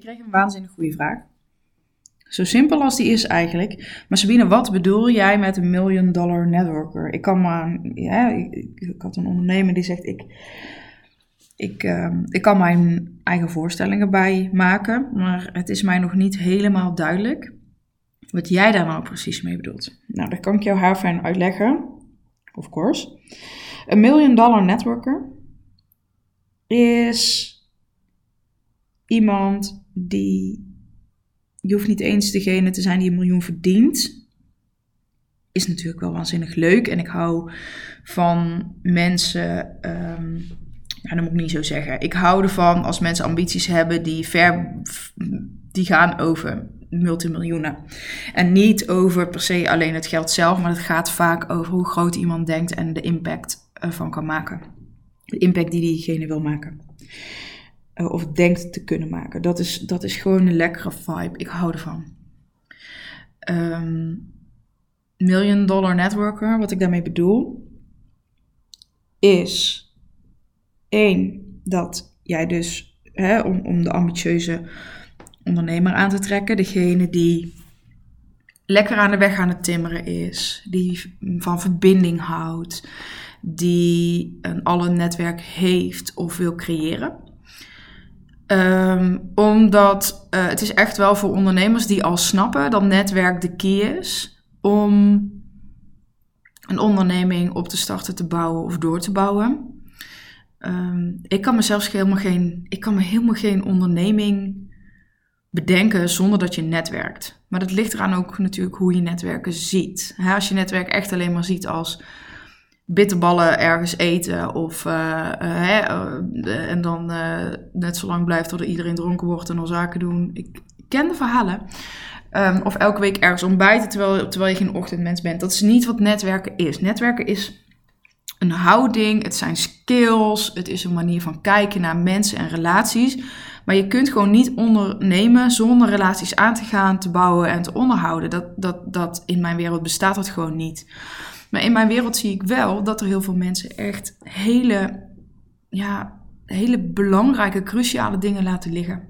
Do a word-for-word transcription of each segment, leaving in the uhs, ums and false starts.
Ik kreeg een waanzinnig goede vraag. Zo simpel als die is eigenlijk. Maar Sabine, wat bedoel jij met een million dollar networker? Ik kan maar, ja, ik, ik, ik had een ondernemer die zegt, ik, ik, uh, ik kan mijn eigen voorstellingen bij maken, maar het is mij nog niet helemaal duidelijk wat jij daar nou precies mee bedoelt. Nou, dat kan ik jou haar fijn uitleggen. Of course. Een million dollar networker is iemand die, je hoeft niet eens degene te zijn die een miljoen verdient. Is natuurlijk wel waanzinnig leuk. En ik hou van mensen, um, ja, dat moet ik niet zo zeggen. Ik hou ervan als mensen ambities hebben die ver, die gaan over multimiljoenen. En niet over per se alleen het geld zelf, maar het gaat vaak over hoe groot iemand denkt en de impact ervan kan maken. De impact die diegene wil maken. Of denkt te kunnen maken. Dat is, dat is gewoon een lekkere vibe. Ik hou ervan. Um, million dollar networker, wat ik daarmee bedoel, is één, dat jij dus, hè, om, om de ambitieuze ondernemer aan te trekken, degene die lekker aan de weg aan het timmeren is, die van verbinding houdt, die een alle netwerk heeft of wil creëren. Um, omdat uh, het is echt wel voor ondernemers die al snappen dat netwerk de key is om een onderneming op te starten, te bouwen of door te bouwen. Um, ik kan me zelfs helemaal geen, ik kan me helemaal geen onderneming bedenken zonder dat je netwerkt. Maar dat ligt eraan ook natuurlijk hoe je netwerken ziet. He, als je netwerk echt alleen maar ziet als bitterballen ergens eten of uh, uh, hè, uh, en dan uh, net zo lang blijft tot iedereen dronken wordt en al zaken doen. Ik ken de verhalen. Um, of elke week ergens ontbijten terwijl, terwijl je geen ochtendmens bent. Dat is niet wat netwerken is. Netwerken is een houding, het zijn skills, het is een manier van kijken naar mensen en relaties. Maar je kunt gewoon niet ondernemen zonder relaties aan te gaan, te bouwen en te onderhouden. Dat, dat, dat in mijn wereld bestaat dat gewoon niet. Maar in mijn wereld zie ik wel dat er heel veel mensen echt hele, ja, hele belangrijke, cruciale dingen laten liggen.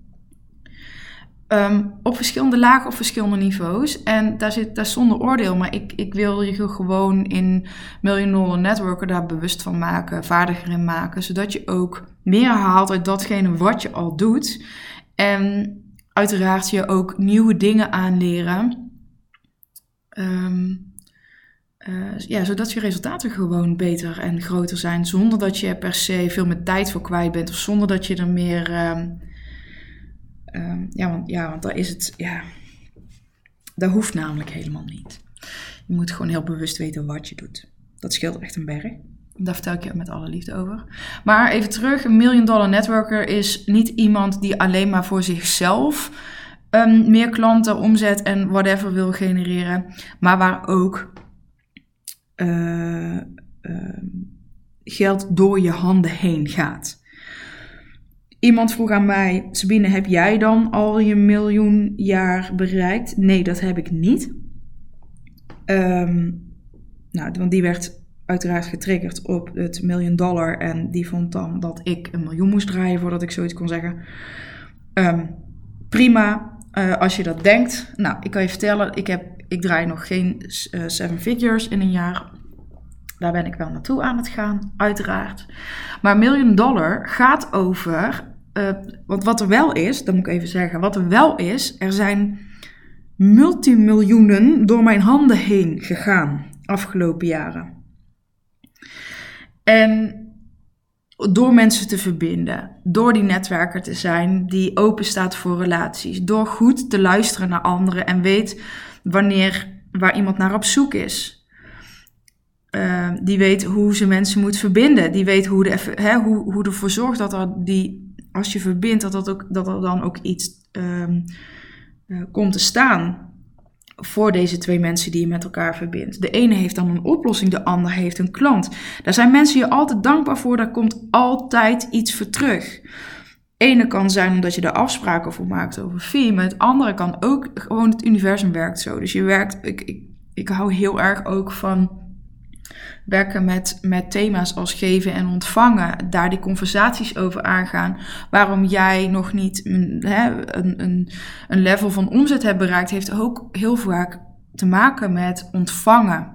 Um, op verschillende lagen, op verschillende niveaus. En daar zit daar zonder oordeel. Maar ik, ik wil je gewoon in Million Dollar Networker daar bewust van maken, vaardiger in maken. Zodat je ook meer haalt uit datgene wat je al doet. En uiteraard je ook nieuwe dingen aanleren. Um, Uh, ja, zodat je resultaten gewoon beter en groter zijn. Zonder dat je er per se veel meer tijd voor kwijt bent. Of zonder dat je er meer... Um, um, ja, want, ja, want daar is het... Ja, dat hoeft namelijk helemaal niet. Je moet gewoon heel bewust weten wat je doet. Dat scheelt echt een berg. Daar vertel ik je met alle liefde over. Maar even terug. Een million dollar networker is niet iemand die alleen maar voor zichzelf um, meer klanten, omzet en whatever wil genereren. Maar waar ook Uh, uh, geld door je handen heen gaat. Iemand vroeg aan mij, Sabine, heb jij dan al je miljoen jaar bereikt? Nee, dat heb ik niet. Um, nou, want die werd uiteraard getriggerd op het miljoen dollar en die vond dan dat ik een miljoen moest draaien voordat ik zoiets kon zeggen. Um, prima, uh, als je dat denkt. Nou, ik kan je vertellen, ik heb Ik draai nog geen uh, seven figures in een jaar. Daar ben ik wel naartoe aan het gaan, uiteraard. Maar million dollar gaat over... Uh, want wat er wel is, dat moet ik even zeggen. Wat er wel is, er zijn multimiljoenen door mijn handen heen gegaan afgelopen jaren. En door mensen te verbinden. Door die netwerker te zijn die open staat voor relaties. Door goed te luisteren naar anderen en weet wanneer, waar iemand naar op zoek is. Uh, die weet hoe ze mensen moet verbinden. Die weet hoe, de, hè, hoe, hoe ervoor zorgt dat er die, als je verbindt, dat, dat, ook, dat er dan ook iets um, uh, komt te staan voor deze twee mensen die je met elkaar verbindt. De ene heeft dan een oplossing, de ander heeft een klant. Daar zijn mensen je altijd dankbaar voor, daar komt altijd iets voor terug. Ene kan zijn omdat je er afspraken voor maakt over fee, maar het andere kan ook gewoon, het universum werkt zo. Dus je werkt, ik, ik, ik hou heel erg ook van werken met, met thema's als geven en ontvangen. Daar die conversaties over aangaan. Waarom jij nog niet een, hè, een, een, een level van omzet hebt bereikt, heeft ook heel vaak te maken met ontvangen.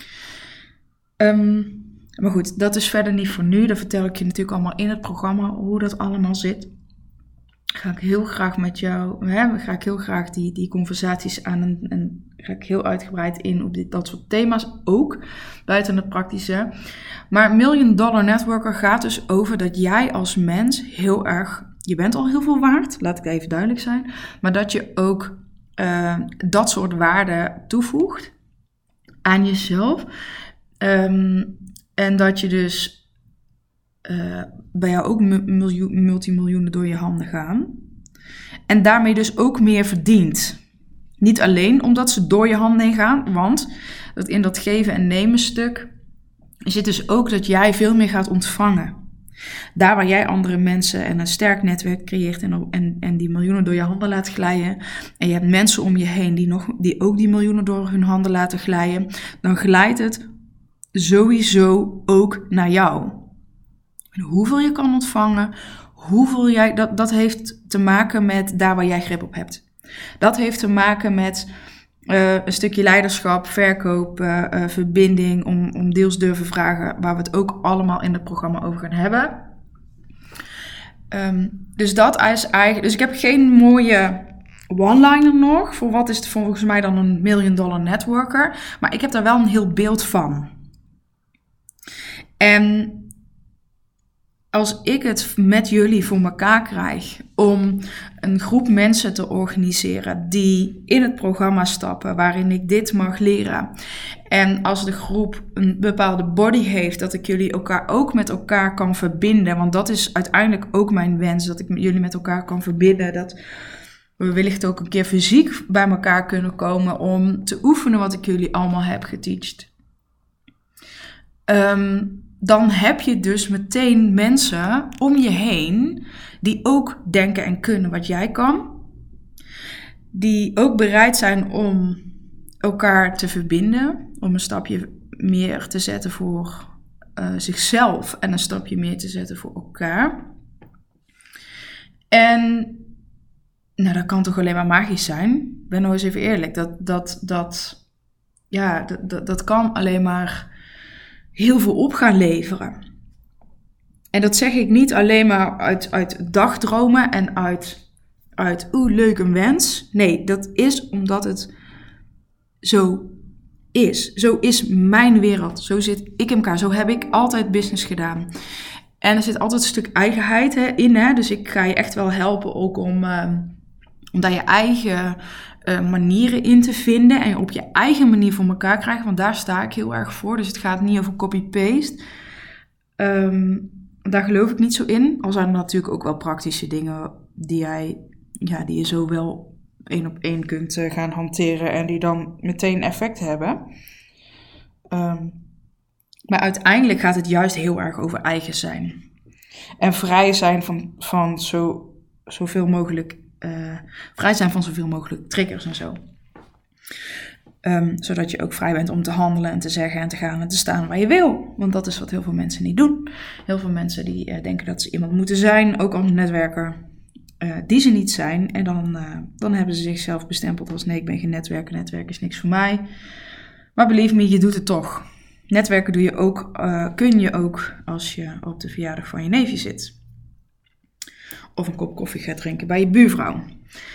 Um, maar goed, dat is verder niet voor nu. Dat vertel ik je natuurlijk allemaal in het programma, hoe dat allemaal zit. Ga ik heel graag met jou, hè, ga ik heel graag die, die conversaties aan en, en ga ik heel uitgebreid in op dit, dat soort thema's ook, buiten het praktische. Maar Million Dollar Networker gaat dus over dat jij als mens heel erg, je bent al heel veel waard, laat ik even duidelijk zijn, maar dat je ook uh, dat soort waarde toevoegt aan jezelf. Um, en dat je dus uh, bij jou ook miljoen, multimiljoenen door je handen gaan. En daarmee dus ook meer verdient. Niet alleen omdat ze door je handen heen gaan, want dat in dat geven en nemen stuk zit dus ook dat jij veel meer gaat ontvangen. Daar waar jij andere mensen en een sterk netwerk creëert en, en, en die miljoenen door je handen laat glijden. En je hebt mensen om je heen die, nog, die ook die miljoenen door hun handen laten glijden. Dan glijdt het sowieso ook naar jou. En hoeveel je kan ontvangen, hoeveel jij, dat, dat heeft te maken met daar waar jij grip op hebt. Dat heeft te maken met uh, een stukje leiderschap, verkoop, uh, uh, verbinding, om, om deels durven vragen, waar we het ook allemaal in het programma over gaan hebben. Um, dus dat is eigenlijk, dus ik heb geen mooie one-liner nog, voor wat is het volgens mij dan een million dollar networker, maar ik heb daar wel een heel beeld van. En als ik het met jullie voor elkaar krijg om een groep mensen te organiseren die in het programma stappen waarin ik dit mag leren. En als de groep een bepaalde body heeft, dat ik jullie elkaar ook met elkaar kan verbinden. Want dat is uiteindelijk ook mijn wens, dat ik jullie met elkaar kan verbinden. Dat we wellicht ook een keer fysiek bij elkaar kunnen komen om te oefenen wat ik jullie allemaal heb geteacht. Um, dan heb je dus meteen mensen om je heen die ook denken en kunnen wat jij kan. Die ook bereid zijn om elkaar te verbinden. Om een stapje meer te zetten voor uh, zichzelf en een stapje meer te zetten voor elkaar. En nou, dat kan toch alleen maar magisch zijn? Ik ben nou eens even eerlijk. Dat, dat, dat, ja, dat, dat, dat kan alleen maar heel veel op gaan leveren. En dat zeg ik niet alleen maar uit, uit dagdromen en uit, uit oeh, leuk een wens. Nee, dat is omdat het zo is. Zo is mijn wereld. Zo zit ik in elkaar. Zo heb ik altijd business gedaan. En er zit altijd een stuk eigenheid hè, in. Hè? Dus ik ga je echt wel helpen ook om, uh, om daar je eigen uh, manieren in te vinden. En op je eigen manier voor elkaar krijgen. Want daar sta ik heel erg voor. Dus het gaat niet over copy-paste. Um, daar geloof ik niet zo in. Al zijn er natuurlijk ook wel praktische dingen die, jij, ja, die je zo wel één op één kunt uh, gaan hanteren. En die dan meteen effect hebben. Um, Maar uiteindelijk gaat het juist heel erg over eigen zijn. En vrij zijn van, van zo, zoveel mogelijk, uh, vrij zijn van zoveel mogelijk triggers en zo. Um, zodat je ook vrij bent om te handelen en te zeggen en te gaan en te staan waar je wil. Want dat is wat heel veel mensen niet doen. Heel veel mensen die uh, denken dat ze iemand moeten zijn, ook als netwerker, uh, die ze niet zijn. En dan, uh, dan hebben ze zichzelf bestempeld als nee, ik ben geen netwerker, netwerk is niks voor mij. Maar believe me, je doet het toch. Netwerken doe je ook, uh, kun je ook als je op de verjaardag van je neefje zit. Of een kop koffie gaat drinken bij je buurvrouw.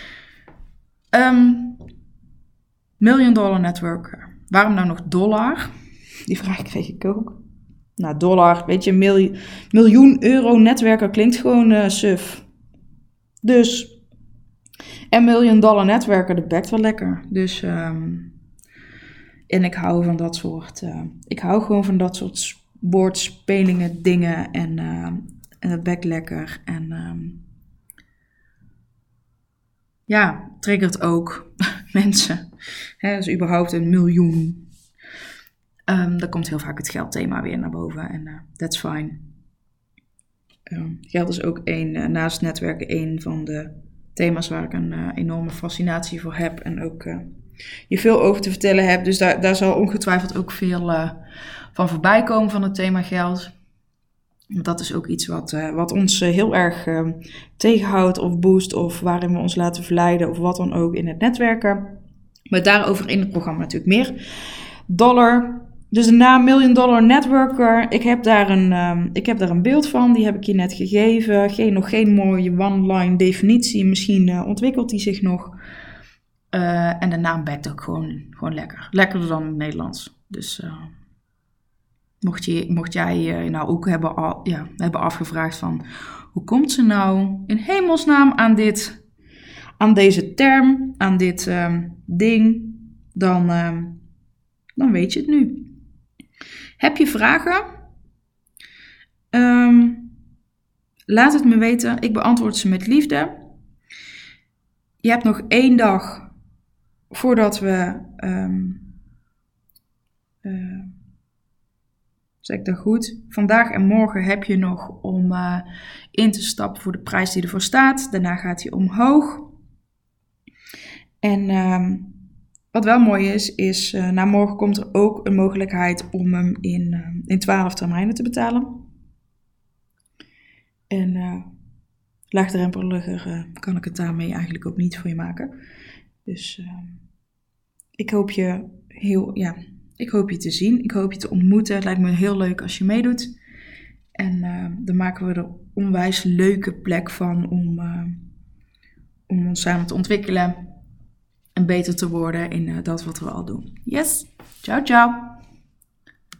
Um, million dollar networker. Waarom nou nog dollar? Die vraag kreeg ik ook. Nou, dollar, weet je, miljoen, miljoen euro netwerker klinkt gewoon uh, suf. Dus, en million dollar netwerker, dat bekt wel lekker. Dus, um, en ik hou van dat soort, uh, ik hou gewoon van dat soort woordspelingen, dingen en, uh, en het bekt lekker. En um, ja, triggert ook mensen. Hè, dus überhaupt een miljoen. Um, daar komt heel vaak het geldthema weer naar boven en uh, that's fine. Um, geld is ook één, uh, naast netwerken één van de thema's waar ik een uh, enorme fascinatie voor heb en ook uh, je veel over te vertellen hebt. Dus daar, daar zal ongetwijfeld ook veel uh, van voorbij komen van het thema geld. Dat is ook iets wat, uh, wat ons uh, heel erg uh, tegenhoudt of boost of waarin we ons laten verleiden of wat dan ook in het netwerken. Maar daarover in het programma natuurlijk meer. Dollar, dus de naam Million Dollar Networker. Ik heb, daar een, um, ik heb daar een beeld van, die heb ik je net gegeven. Geen, nog geen mooie one-line definitie, misschien uh, ontwikkelt die zich nog. Uh, en de naam bekt ook gewoon, gewoon lekker. Lekkerder dan in het Nederlands. Dus uh, mocht, je, mocht jij uh, nou ook hebben, al, ja, hebben afgevraagd van hoe komt ze nou in hemelsnaam aan dit, aan deze term, aan dit um, ding, dan, um, dan weet je het nu. Heb je vragen? Um, laat het me weten. Ik beantwoord ze met liefde. Je hebt nog één dag voordat we, um, uh, zeg ik dat goed, vandaag en morgen heb je nog om uh, in te stappen voor de prijs die ervoor staat. Daarna gaat hij omhoog. En um, wat wel mooi is, is uh, na morgen komt er ook een mogelijkheid om hem in, uh, in twaalf termijnen te betalen. En uh, laagdrempeliger uh, kan ik het daarmee eigenlijk ook niet voor je maken. Dus uh, ik hoop je heel, ja, ik hoop je te zien. Ik hoop je te ontmoeten. Het lijkt me heel leuk als je meedoet. En uh, dan maken we er een onwijs leuke plek van om, uh, om ons samen te ontwikkelen en beter te worden in uh, dat wat we al doen. Yes, ciao ciao.